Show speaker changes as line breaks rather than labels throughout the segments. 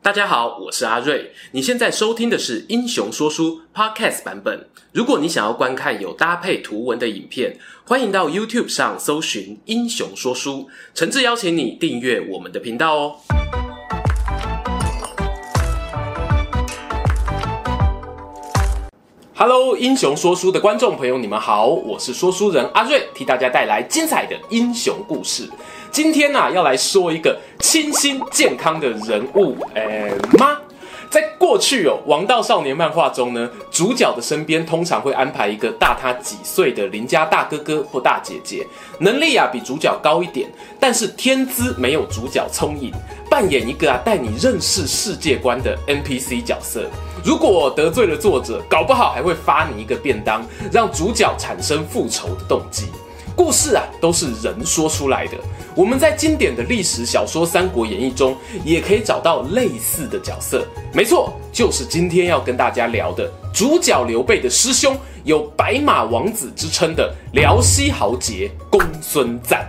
大家好，我是阿瑞。你现在收听的是英雄说书 Podcast 版本。如果你想要观看有搭配图文的影片，欢迎到 YouTube 上搜寻英雄说书，诚挚邀请你订阅我们的频道哦。Hello， 英雄说书的观众朋友，你们好，我是说书人阿瑞，替大家带来精彩的英雄故事。今天要来说一个清新健康的人物，在过去王道少年漫画中呢，主角的身边通常会安排一个大他几岁的邻家大哥哥或大姐姐，能力比主角高一点，但是天资没有主角聪颖，扮演一个带你认识世界观的 NPC 角色。如果得罪了作者，搞不好还会发你一个便当，让主角产生复仇的动机。故事都是人说出来的。我们在经典的历史小说《三国演义》中，也可以找到类似的角色。没错，就是今天要跟大家聊的主角刘备的师兄，有白马王子之称的辽西豪杰公孙瓒。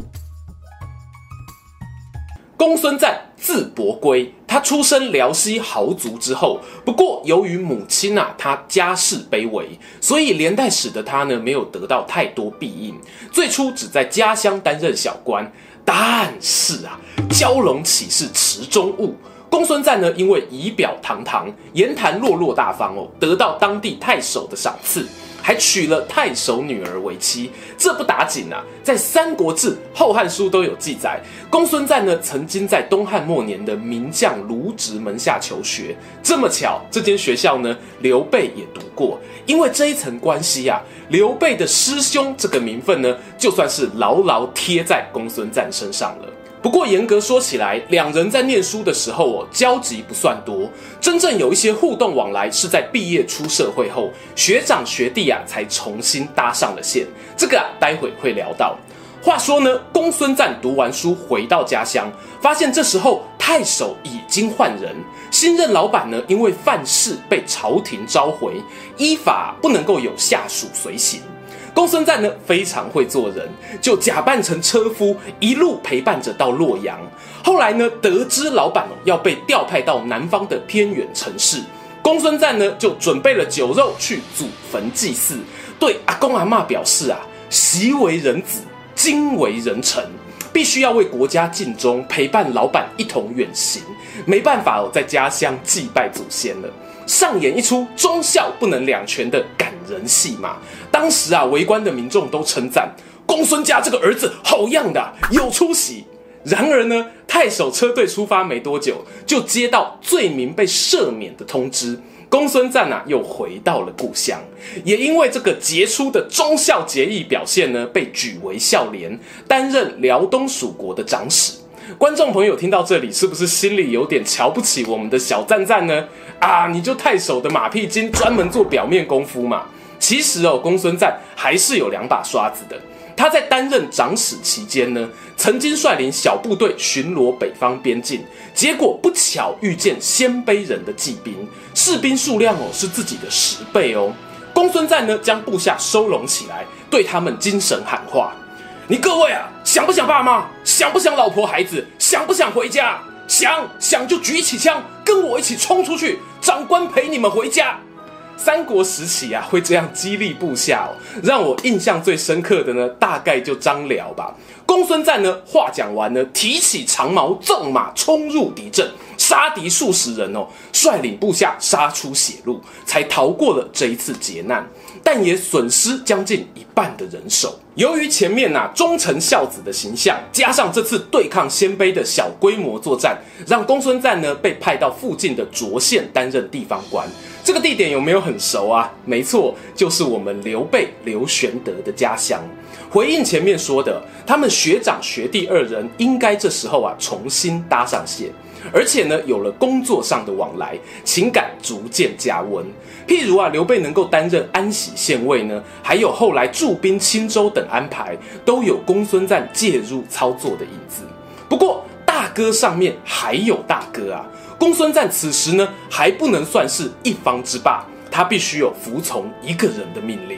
公孙瓒字伯圭，他出身辽西豪族之后，不过由于母亲他家世卑微，所以连带使得他没有得到太多庇荫，最初只在家乡担任小官。但是蛟龙岂是池中物，公孙瓒因为仪表堂堂，言谈落落大方得到当地太守的赏赐，还娶了太守女儿为妻。这不打紧在《三国志》《后汉书》都有记载，公孙瓒曾经在东汉末年的名将卢植门下求学。这么巧，这间学校刘备也读过。因为这一层关系刘备的师兄这个名分就算是牢牢贴在公孙瓒身上了。不过严格说起来，两人在念书的时候交集不算多，真正有一些互动往来是在毕业出社会后，学长学弟才重新搭上了线。这个待会会聊到。话说公孙瓒读完书回到家乡，发现这时候太守已经换人，新任老板因为犯事被朝廷召回，依法不能够有下属随行。公孙瓒非常会做人，就假扮成车夫，一路陪伴着到洛阳。后来得知老板要被调派到南方的偏远城市，公孙瓒就准备了酒肉去祖坟祭祀，对阿公阿嬷表示习为人子，今为人臣，必须要为国家尽忠，陪伴老板一同远行。没办法在家乡祭拜祖先了，上演一出忠孝不能两全的感人戏码。当时围观的民众都称赞公孙家这个儿子好样的，有出息。然而太守车队出发没多久，就接到罪名被赦免的通知，公孙瓒又回到了故乡。也因为这个杰出的忠孝节义表现被举为孝廉，担任辽东属国的长史。观众朋友听到这里，是不是心里有点瞧不起我们的小瓒瓒呢？你就太守的马屁精，专门做表面功夫嘛。其实公孙瓒还是有两把刷子的。他在担任长史期间曾经率领小部队巡逻北方边境，结果不巧遇见鲜卑人的骑兵，士兵数量是自己的10倍哦。公孙瓒将部下收拢起来，对他们精神喊话：你各位想不想爸妈？想不想老婆孩子？想不想回家？想就举起枪，跟我一起冲出去，长官陪你们回家。三国时期会这样激励部下让我印象最深刻的大概就张辽吧。公孙瓒话讲完提起长矛，纵马冲入敌阵，杀敌数十人率领部下杀出血路，才逃过了这一次劫难，但也损失将近一半的人手。由于前面忠臣孝子的形象，加上这次对抗鲜卑的小规模作战，让公孙瓒被派到附近的涿县担任地方官。这个地点有没有很熟没错，就是我们刘备刘玄德的家乡。回应前面说的，他们学长学弟二人应该这时候重新搭上线，而且有了工作上的往来，情感逐渐加温。譬如刘备能够担任安喜县尉还有后来驻兵青州等安排，都有公孙瓒介入操作的影子。不过大哥上面还有大哥公孙瓒此时还不能算是一方之霸，他必须有服从一个人的命令。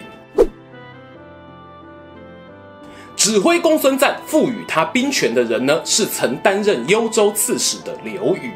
指挥公孙瓒赋予他兵权的人是曾担任幽州刺史的刘虞。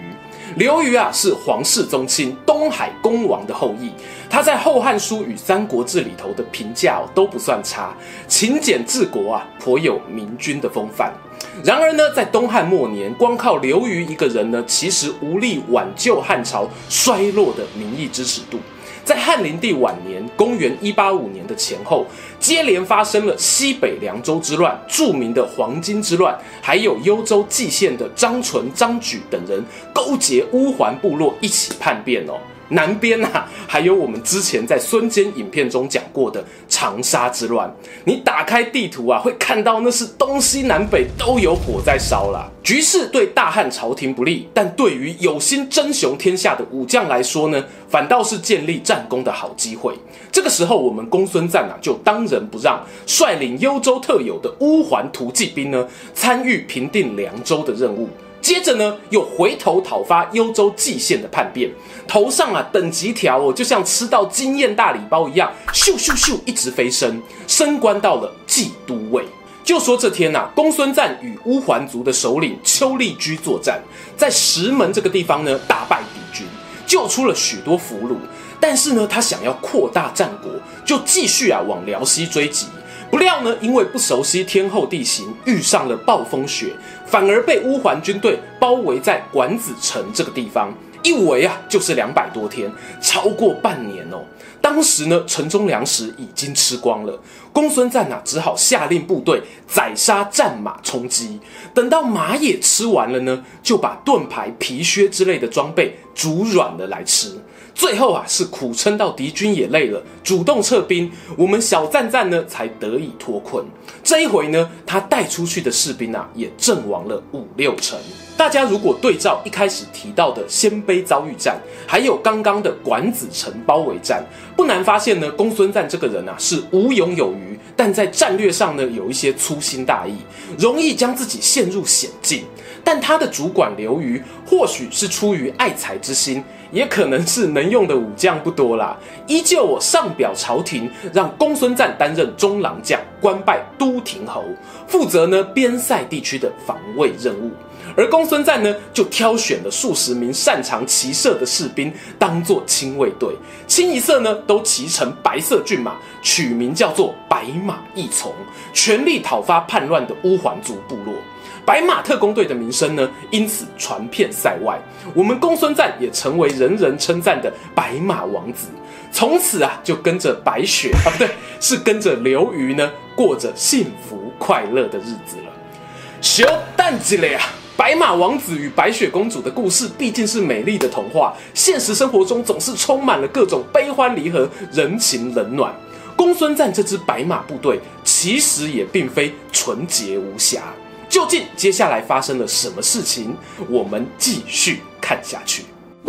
刘虞啊是皇室宗亲东海公王的后裔，他在《后汉书》与《三国志》里头的评价都不算差，勤俭治国啊，颇有明君的风范。然而呢，在东汉末年，光靠刘虞一个人呢，其实无力挽救汉朝衰落的民意支持度。在汉灵帝晚年，公元185年的前后，接连发生了西北凉州之乱、著名的黄巾之乱，还有幽州蓟县的张纯、张举等人勾结乌桓部落一起叛变哦。南边啊，还有我们之前在孙坚影片中讲过的长沙之乱。你打开地图啊，会看到那是东西南北都有火在烧啦。局势对大汉朝廷不利，但对于有心争雄天下的武将来说呢，反倒是建立战功的好机会。这个时候，我们公孙瓒啊，就当仁不让，率领幽州特有的乌桓突骑兵呢，参与平定凉州的任务。接着呢，又回头讨伐幽州蓟县的叛变，头上啊等级条哦，就像吃到经验大礼包一样，咻咻咻一直飞升，升官到了冀都尉。就说这天啊，公孙瓒与乌桓族的首领丘利居作战，在石门这个地方呢，大败敌军，救出了许多俘虏。但是呢，他想要扩大战果，就继续啊往辽西追击。不料呢，因为不熟悉天候地形，遇上了暴风雪，反而被乌桓军队包围在管子城这个地方，一围啊就是200多天，超过半年哦。当时呢，城中粮食已经吃光了，公孙瓒啊只好下令部队宰杀战马充饥。等到马也吃完了呢，就把盾牌、皮靴之类的装备煮软了来吃。最后啊，是苦撑到敌军也累了，主动撤兵，我们小瓒瓒呢才得以脱困。这一回呢，他带出去的士兵啊，也阵亡了5-6成。大家如果对照一开始提到的鲜卑遭遇战，还有刚刚的管子城包围战，不难发现呢，公孙瓒这个人啊是无勇有余，但在战略上呢有一些粗心大意，容易将自己陷入险境。但他的主管刘虞或许是出于爱才之心，也可能是能用的武将不多啦，依旧上表朝廷，让公孙瓒担任中郎将，官拜都亭侯，负责呢边塞地区的防卫任务。而公孙瓒呢，就挑选了数十名擅长骑射的士兵当作亲卫队，清一色呢都骑乘白色骏马，取名叫做白马义从，全力讨伐叛乱的乌桓族部落。白马特工队的名声呢，因此传遍塞外。我们公孙瓒也成为人人称赞的白马王子。从此啊，就跟着白雪啊，不对，是跟着刘虞呢，过着幸福快乐的日子了。小蛋子嘞啊！白马王子与白雪公主的故事毕竟是美丽的童话，现实生活中总是充满了各种悲欢离合、人情冷暖。公孙瓒这支白马部队其实也并非纯洁无瑕。究竟接下来发生了什么事情？我们继续看下去。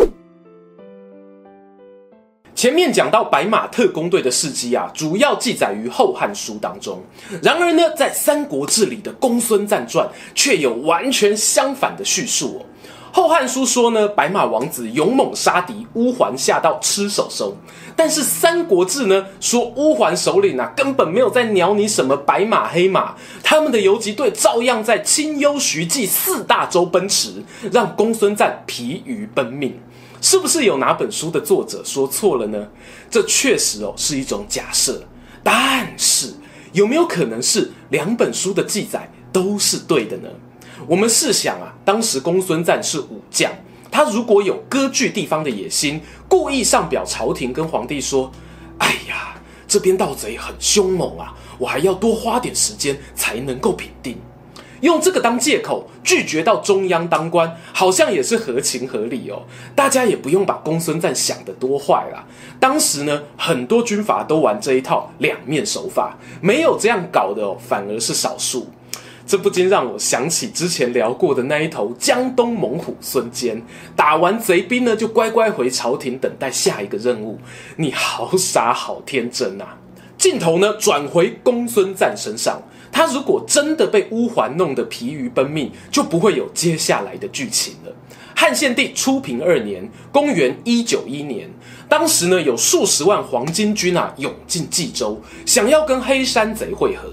前面讲到白马特工队的事迹啊，主要记载于《后汉书》当中。然而呢，在《三国志》里的《公孙瓒传》却有完全相反的叙述哦。《后汉书》说呢，白马王子勇猛杀敌，乌桓吓到吃手手。但是《三国志》呢，说乌桓首领啊，根本没有在鸟你什么白马黑马，他们的游击队照样在青幽徐冀4大洲奔驰，让公孙瓒疲于奔命。是不是有哪本书的作者说错了呢？这确实是一种假设，但是有没有可能是2本书的记载都是对的呢？我们试想啊，当时公孙瓒是武将，他如果有割据地方的野心，故意上表朝廷跟皇帝说：“哎呀，这边盗贼很凶猛啊，我还要多花点时间才能够平定。”用这个当借口拒绝到中央当官，好像也是合情合理哦。大家也不用把公孙瓒想得多坏啦。当时呢，很多军阀都玩这一套两面手法，没有这样搞的反而是少数。这不禁让我想起之前聊过的那一头江东猛虎孙坚，打完贼兵呢，就乖乖回朝廷等待下一个任务。你好傻好天真啊！镜头呢转回公孙瓒身上，他如果真的被乌桓弄得疲于奔命，就不会有接下来的剧情了。汉献帝初平2年，公元191年，当时呢有数十万黄巾军啊涌进冀州，想要跟黑山贼会合。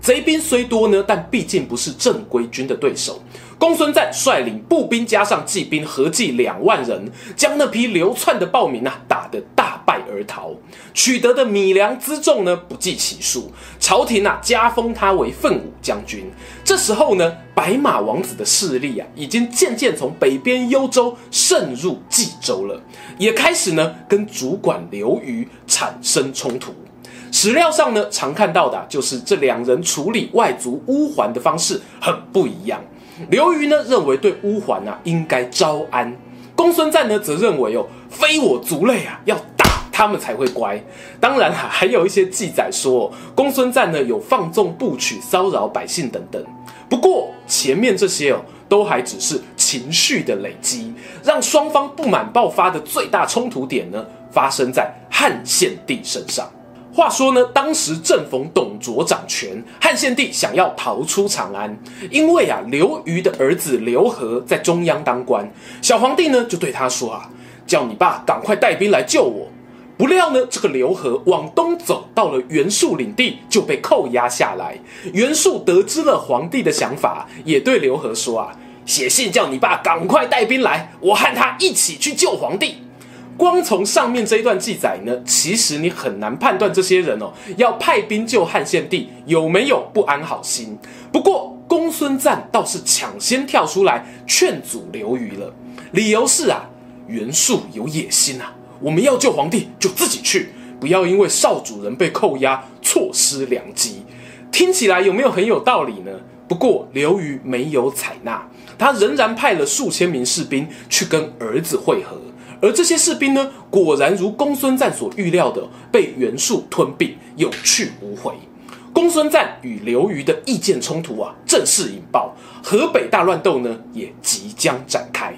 贼兵虽多呢，但毕竟不是正规军的对手。公孙瓒率领步兵加上骑兵合计2万人，将那批流窜的暴民打得大败而逃，取得的米粮辎重呢不计其数。朝廷加封他为奋武将军。这时候呢，白马王子的势力已经渐渐从北边幽州渗入冀州了，也开始呢跟主管刘虞产生冲突。史料上呢，常看到的就是这2人处理外族乌桓的方式很不一样。刘虞呢认为对乌桓应该招安，公孙瓒呢则认为非我族类要打他们才会乖。当然还有一些记载说公孙瓒呢有放纵部曲、骚扰百姓等等。不过前面这些都还只是情绪的累积，让双方不满爆发的最大冲突点呢发生在汉献帝身上。话说呢，当时正逢董卓掌权，汉献帝想要逃出长安，因为刘虞的儿子刘和在中央当官，小皇帝呢就对他说叫你爸赶快带兵来救我。不料呢，这个刘和往东走到了袁术领地，就被扣押下来。袁术得知了皇帝的想法，也对刘和说写信叫你爸赶快带兵来，我和他一起去救皇帝。光从上面这一段记载呢，其实你很难判断这些人要派兵救汉献帝有没有不安好心。不过公孙瓒倒是抢先跳出来劝阻刘虞了，理由是袁术有野心我们要救皇帝就自己去，不要因为少主人被扣押错失良机。听起来有没有很有道理呢？不过刘虞没有采纳，他仍然派了数千名士兵去跟儿子会合。而这些士兵呢，果然如公孙瓒所预料的，被袁术吞并，有去无回。公孙瓒与刘虞的意见冲突正式引爆，河北大乱斗呢也即将展开。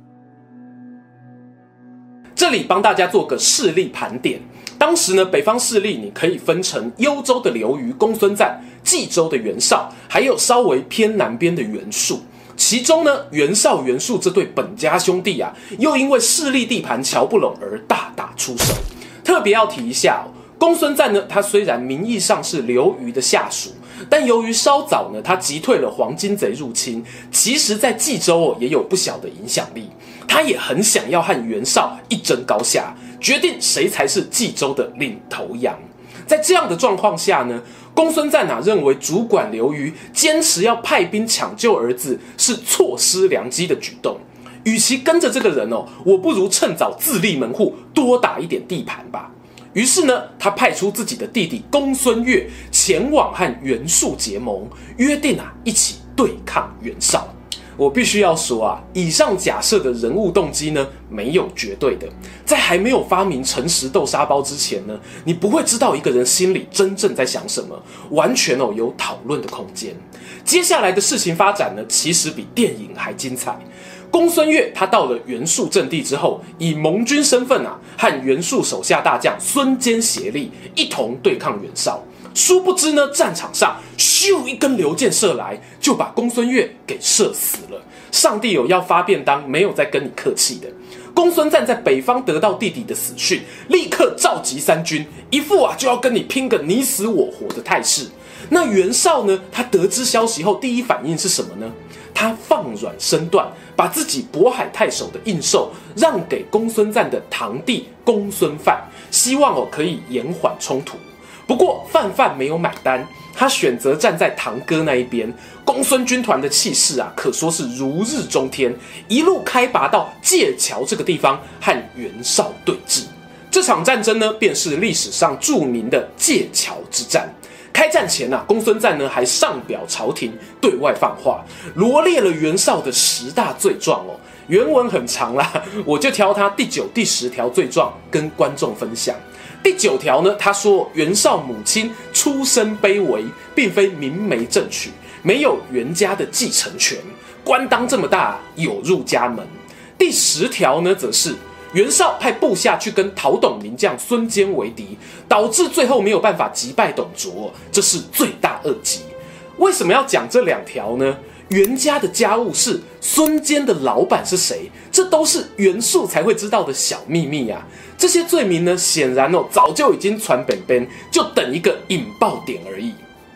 这里帮大家做个势力盘点。当时呢，北方势力你可以分成幽州的刘虞、公孙瓒，冀州的袁绍，还有稍微偏南边的袁术。其中呢，袁绍、袁术这对本家兄弟又因为势力地盘瞧不拢而大打出手。特别要提一下公孙瓒呢，他虽然名义上是刘虞的下属，但由于稍早呢，他击退了黄巾贼入侵，其实在冀州也有不小的影响力。他也很想要和袁绍一争高下，决定谁才是冀州的领头羊。在这样的状况下呢，公孙瓒认为主管刘虞坚持要派兵抢救儿子是错失良机的举动，与其跟着这个人我不如趁早自立门户，多打一点地盘吧。于是呢，他派出自己的弟弟公孙越前往和袁术结盟，约定一起对抗袁绍。我必须要说以上假设的人物动机呢，没有绝对的。在还没有发明诚实豆沙包之前呢，你不会知道一个人心里真正在想什么，完全有讨论的空间。接下来的事情发展呢，其实比电影还精彩。公孙越他到了袁术阵地之后，以盟军身份和袁术手下大将孙坚协力，一同对抗袁绍。殊不知呢，战场上咻一根流箭射来，就把公孙越给射死了。上帝要发便当，没有再跟你客气的。公孙瓒在北方得到弟弟的死讯，立刻召集三军，一副就要跟你拼个你死我活的态势。那袁绍呢，他得知消息后，第一反应是什么呢？他放软身段，把自己渤海太守的印绶让给公孙瓒的堂弟公孙范，希望可以延缓冲突。不过范没有买单，他选择站在堂哥那一边。公孙军团的气势可说是如日中天，一路开拔到界桥这个地方和袁绍对峙。这场战争呢，便是历史上著名的界桥之战。开战前公孙瓒呢还上表朝廷，对外放话，罗列了袁绍的10大罪状原文很长啦，我就挑他第9、第10条罪状跟观众分享。第9条呢，他说袁绍母亲出身卑微，并非明媒正娶，没有袁家的继承权，官当这么大，有入家门。第10条呢，则是袁绍派部下去跟讨董名将孙坚为敌，导致最后没有办法击败董卓，这是罪大恶极。为什么要讲这2条呢？袁家的家务事，孙坚的老板是谁，这都是袁术才会知道的小秘密啊。这些罪名呢，显然早就已经传本本，就等一个引爆点而已。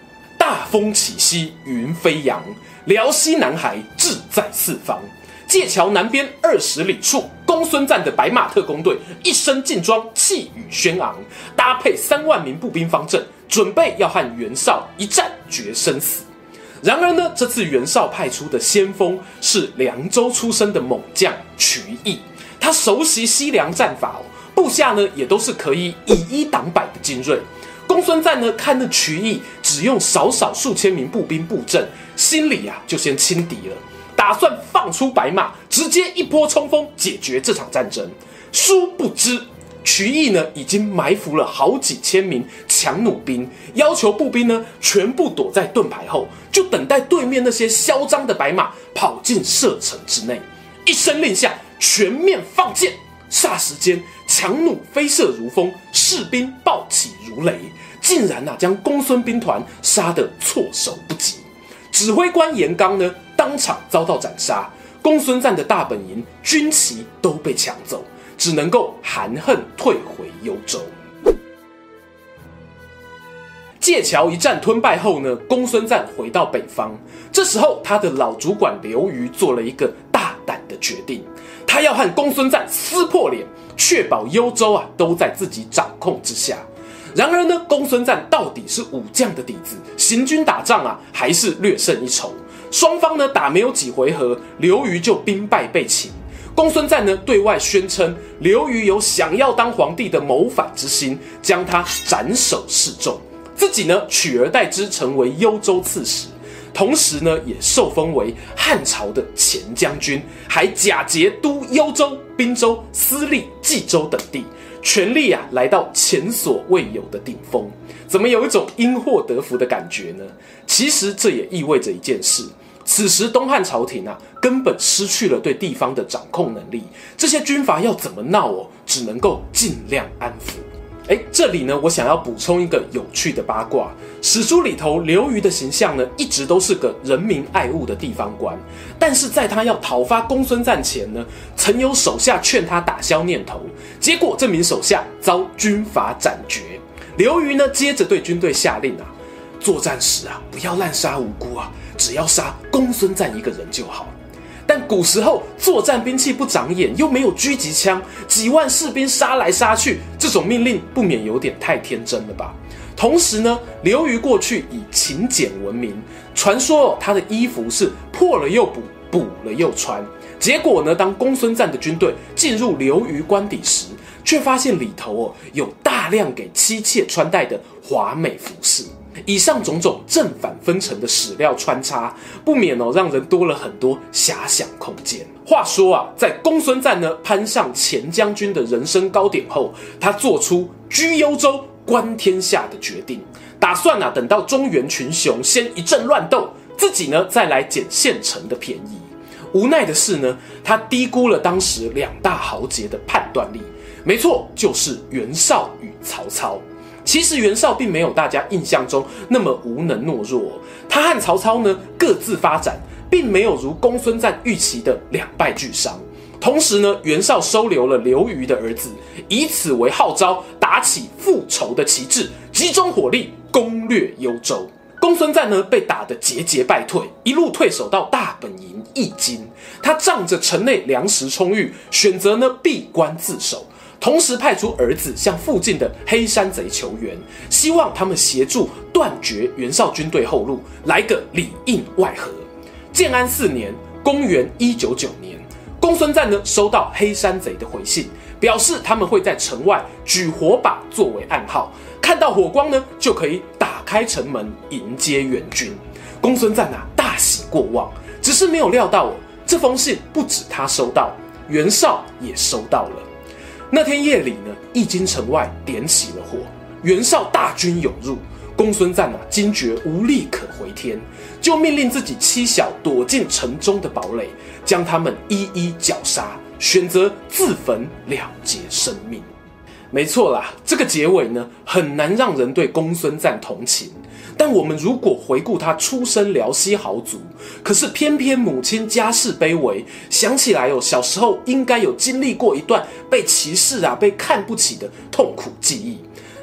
大风起兮云飞扬，辽西南海志在四方。界桥南边20里处，公孙瓒的白马特工队一身劲装，气宇轩昂，搭配3万名步兵方阵，准备要和袁绍一战决生死。然而呢，这次袁绍派出的先锋是凉州出身的猛将瞿义，他熟悉西凉战法部下呢也都是可以以一挡百的精锐。公孙瓒呢看那瞿义只用少数千名步兵布阵，心里就先轻敌了，打算放出白马，直接一波冲锋解决这场战争。殊不知瞿义呢已经埋伏了好几千名强弩兵，要求步兵呢全部躲在盾牌后，就等待对面那些嚣张的白马跑进射程之内。一声令下，全面放箭，霎时间强弩飞射如风，士兵暴起如雷，竟然将公孙兵团杀得措手不及。指挥官严纲呢当场遭到斩杀，公孙瓒的大本营军旗都被抢走，只能够含恨退回幽州。界桥一战吞败后呢，公孙瓒回到北方。这时候他的老主管刘虞做了一个大胆的决定，他要和公孙瓒撕破脸，确保幽州都在自己掌控之下。然而呢，公孙瓒到底是武将的底子，行军打仗还是略胜一筹。双方呢打没有几回合，刘虞就兵败被擒。公孙瓒呢对外宣称刘虞有想要当皇帝的谋反之心，将他斩首示众，自己呢取而代之成为幽州刺史，同时呢也受封为汉朝的前将军，还假节督幽州、滨州、司隶冀州等地，权力来到前所未有的顶峰。怎么有一种因祸得福的感觉呢？其实这也意味着一件事，此时东汉朝廷根本失去了对地方的掌控能力，这些军阀要怎么闹只能够尽量安抚。这里呢，我想要补充一个有趣的八卦。史书里头，刘虞的形象呢，一直都是个人民爱物的地方官，但是在他要讨伐公孙瓒前呢，曾有手下劝他打消念头，结果这名手下遭军阀斩决。刘虞呢，接着对军队下令作战时不要滥杀无辜只要杀公孙瓒一个人就好。但古时候作战兵器不长眼，又没有狙击枪，几万士兵杀来杀去，这种命令不免有点太天真了吧。同时呢，刘虞过去以勤俭闻名，传说他的衣服是破了又补，补了又穿。结果呢，当公孙瓒的军队进入刘虞官邸时，却发现里头有大量给妻妾穿戴的华美服饰。以上种种正反分成的史料穿插，不免让人多了很多遐想空间。话说在公孙瓒呢攀上前将军的人生高点后，他做出居幽州观天下的决定，打算等到中原群雄先一阵乱斗，自己呢再来捡现成的便宜。无奈的是呢，他低估了当时2大豪杰的判断力，没错，就是袁绍与曹操。其实袁绍并没有大家印象中那么无能懦弱，他和曹操呢各自发展，并没有如公孙瓒预期的两败俱伤。同时呢，袁绍收留了刘虞的儿子，以此为号召，打起复仇的旗帜，集中火力攻略幽州。公孙瓒呢被打得节节败退，一路退守到大本营易津。他仗着城内粮食充裕，选择呢闭关自守。同时派出儿子向附近的黑山贼求援，希望他们协助断绝袁绍军队后路，来个里应外合。建安4年，公元199年，公孙瓒呢收到黑山贼的回信，表示他们会在城外举火把作为暗号，看到火光呢就可以打开城门迎接援军。公孙瓒大喜过望，只是没有料到这封信不止他收到，袁绍也收到了。那天夜里呢，易津城外点起了火，袁绍大军涌入，公孙瓒惊觉无力可回天，就命令自己妻小躲进城中的堡垒，将他们一一绞杀，选择自焚了结生命。没错啦，这个结尾呢，很难让人对公孙瓒同情。但我们如果回顾他出身辽西豪族，可是偏偏母亲家世卑微，想起来小时候应该有经历过一段被歧视被看不起的痛苦记忆。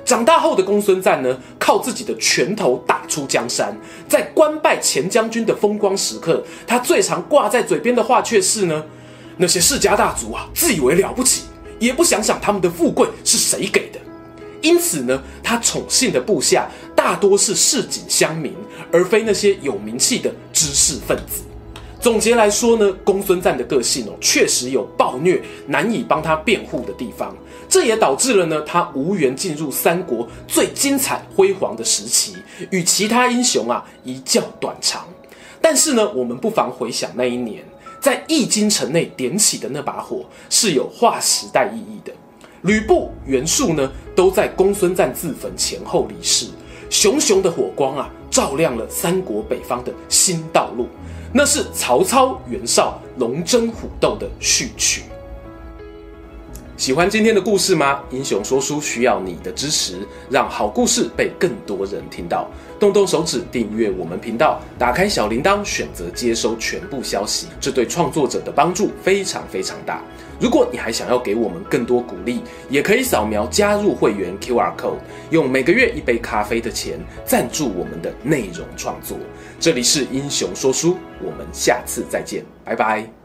长大后的公孙瓒呢，靠自己的拳头打出江山。在官拜前将军的风光时刻，他最常挂在嘴边的话却是呢：那些世家大族啊，自以为了不起，也不想想他们的富贵是谁给的。因此呢，他宠信的部下大多是市井乡民，而非那些有名气的知识分子。总结来说呢，公孙瓒的个性确实有暴虐难以帮他辩护的地方，这也导致了呢他无缘进入三国最精彩辉煌的时期，与其他英雄一较短长。但是呢，我们不妨回想那一年，在易京城内点起的那把火是有划时代意义的。吕布、袁术呢，都在公孙瓒自焚前后离世，熊熊的火光照亮了三国北方的新道路。那是曹操、袁绍龙争虎斗的序曲。喜欢今天的故事吗？英雄说书需要你的支持，让好故事被更多人听到。动动手指订阅我们频道，打开小铃铛，选择接收全部消息，这对创作者的帮助非常非常大。如果你还想要给我们更多鼓励，也可以扫描加入会员 QR Code， 用每个月1杯咖啡的钱赞助我们的内容创作。这里是英雄说书，我们下次再见，拜拜。